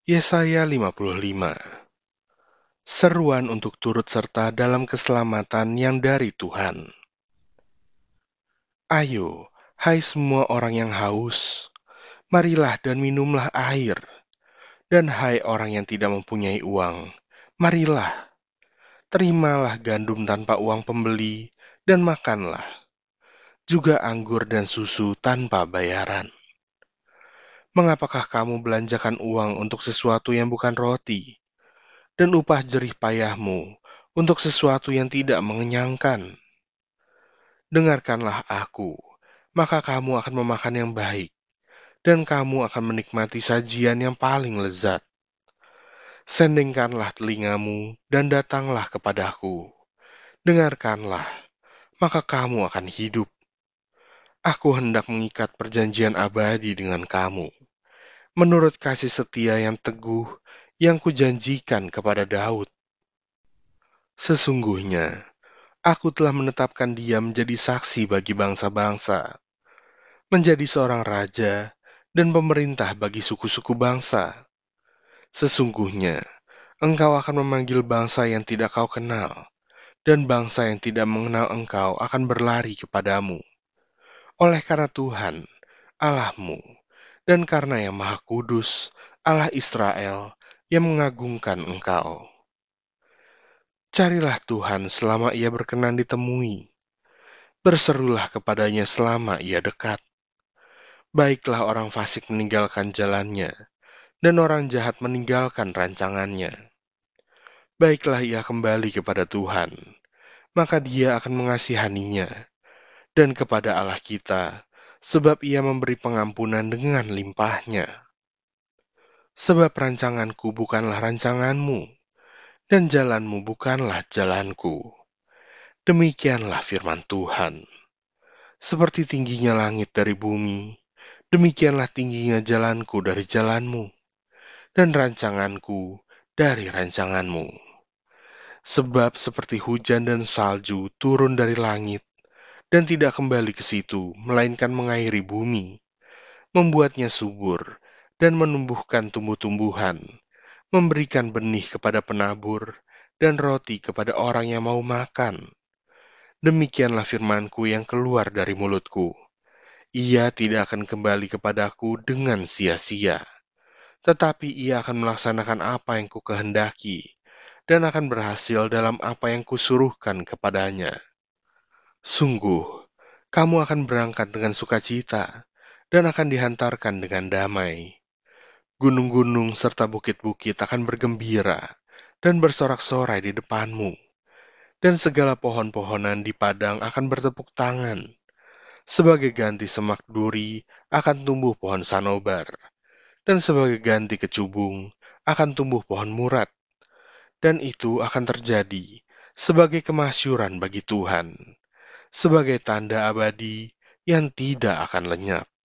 Yesaya 55. Seruan untuk turut serta dalam keselamatan yang dari Tuhan. Ayo, hai semua orang yang haus, marilah dan minumlah air. Dan hai orang yang tidak mempunyai uang, marilah, terimalah gandum tanpa uang pembeli, dan makanlah. Juga anggur dan susu tanpa bayaran. Mengapakah kamu belanjakan uang untuk sesuatu yang bukan roti, dan upah jerih payahmu untuk sesuatu yang tidak mengenyangkan? Dengarkanlah aku, maka kamu akan memakan yang baik, dan kamu akan menikmati sajian yang paling lezat. Sendingkanlah telingamu dan datanglah kepadaku. Dengarkanlah, maka kamu akan hidup. Aku hendak mengikat perjanjian abadi dengan kamu, menurut kasih setia yang teguh yang kujanjikan kepada Daud. Sesungguhnya, aku telah menetapkan dia menjadi saksi bagi bangsa-bangsa, menjadi seorang raja dan pemerintah bagi suku-suku bangsa. Sesungguhnya, engkau akan memanggil bangsa yang tidak kau kenal, dan bangsa yang tidak mengenal engkau akan berlari kepadamu. Oleh karena Tuhan, Allahmu, dan karena yang Maha Kudus, Allah Israel, yang mengagungkan engkau. Carilah Tuhan selama ia berkenan ditemui. Berserulah kepadanya selama ia dekat. Baiklah orang fasik meninggalkan jalannya, dan orang jahat meninggalkan rancangannya. Baiklah ia kembali kepada Tuhan, maka dia akan mengasihaninya, dan kepada Allah kita, sebab ia memberi pengampunan dengan limpahnya. Sebab rancanganku bukanlah rancanganmu, dan jalanmu bukanlah jalanku. Demikianlah firman Tuhan. Seperti tingginya langit dari bumi, demikianlah tingginya jalanku dari jalanmu, dan rancanganku dari rancanganmu. Sebab seperti hujan dan salju turun dari langit, dan tidak kembali ke situ, melainkan mengairi bumi, membuatnya subur, dan menumbuhkan tumbuh-tumbuhan, memberikan benih kepada penabur, dan roti kepada orang yang mau makan. Demikianlah firmanku yang keluar dari mulutku. Ia tidak akan kembali kepadaku dengan sia-sia, tetapi ia akan melaksanakan apa yang kukehendaki, dan akan berhasil dalam apa yang kusuruhkan kepadanya. Sungguh, kamu akan berangkat dengan sukacita, dan akan dihantarkan dengan damai. Gunung-gunung serta bukit-bukit akan bergembira, dan bersorak-sorai di depanmu, dan segala pohon-pohonan di padang akan bertepuk tangan. Sebagai ganti semak duri akan tumbuh pohon sanobar, dan sebagai ganti kecubung akan tumbuh pohon murat. Dan itu akan terjadi sebagai kemasyuran bagi Tuhan, sebagai tanda abadi yang tidak akan lenyap.